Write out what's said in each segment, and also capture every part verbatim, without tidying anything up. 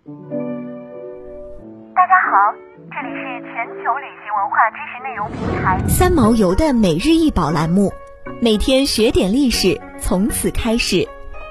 大家好，这里是全球旅行文化知识内容平台三毛游的每日一宝栏目，每天学点历史，从此开始。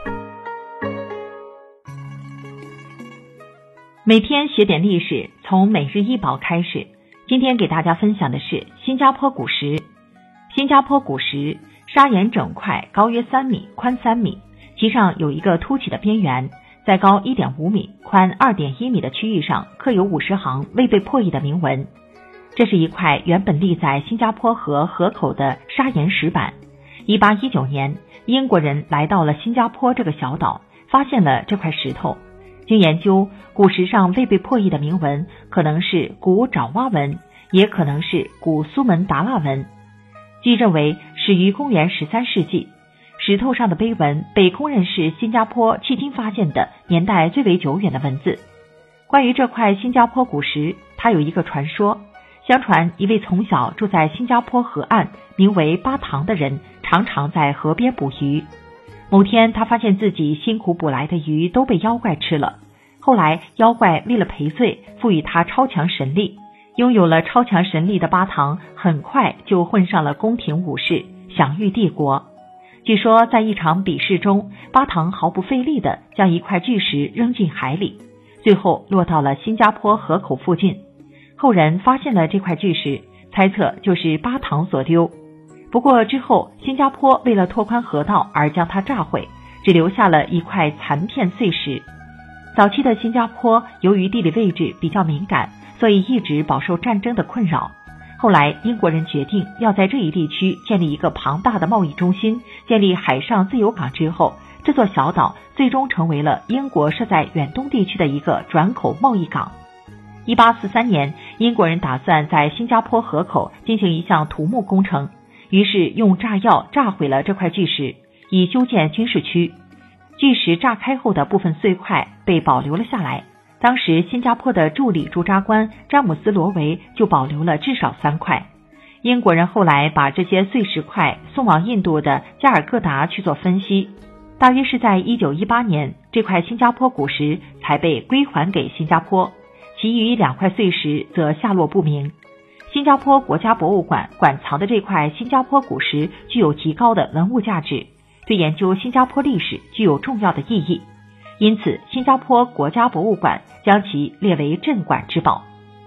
每天学点历史，从每日一宝开始。今天给大家分享的是新加坡古石。新加坡古石砂岩整块，高约三米，宽三米，其上有一个凸起的边缘，在高 一点五米、宽 二点一米的区域上刻有五十行未被破译的铭文。这是一块原本立在新加坡河河口的砂岩石板。一八一九年，英国人来到了新加坡这个小岛，发现了这块石头。经研究，古石上未被破译的铭文可能是古爪哇文，也可能是古苏门答腊文，即认为始于公元十三世纪。石头上的碑文被公认是新加坡迄今发现的年代最为久远的文字。关于这块新加坡古石，它有一个传说。相传一位从小住在新加坡河岸名为巴塘的人，常常在河边捕鱼。某天他发现自己辛苦捕来的鱼都被妖怪吃了。后来妖怪为了赔罪，赋予他超强神力。拥有了超强神力的巴塘很快就混上了宫廷武士，享誉帝国。据说在一场比试中，巴塘毫不费力地将一块巨石扔进海里，最后落到了新加坡河口附近。后人发现了这块巨石，猜测就是巴塘所丢。不过之后新加坡为了拓宽河道而将它炸毁，只留下了一块残片碎石。早期的新加坡由于地理位置比较敏感，所以一直饱受战争的困扰。后来英国人决定要在这一地区建立一个庞大的贸易中心，建立海上自由港之后，这座小岛最终成为了英国设在远东地区的一个转口贸易港。一八四三年，英国人打算在新加坡河口进行一项土木工程，于是用炸药炸毁了这块巨石，以修建军事区。巨石炸开后的部分碎块被保留了下来。当时新加坡的助理驻扎官詹姆斯·罗维就保留了至少三块。英国人后来把这些碎石块送往印度的加尔各答去做分析，大约是在一九一八年，这块新加坡古石才被归还给新加坡，其余两块碎石则下落不明。新加坡国家博物馆馆藏的这块新加坡古石具有极高的文物价值，对研究新加坡历史具有重要的意义，因此新加坡国家博物馆将其列为镇馆之宝。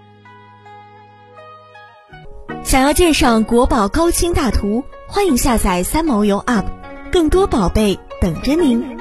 想要鉴赏国宝高清大图，欢迎下载三毛游 App， 更多宝贝等着您。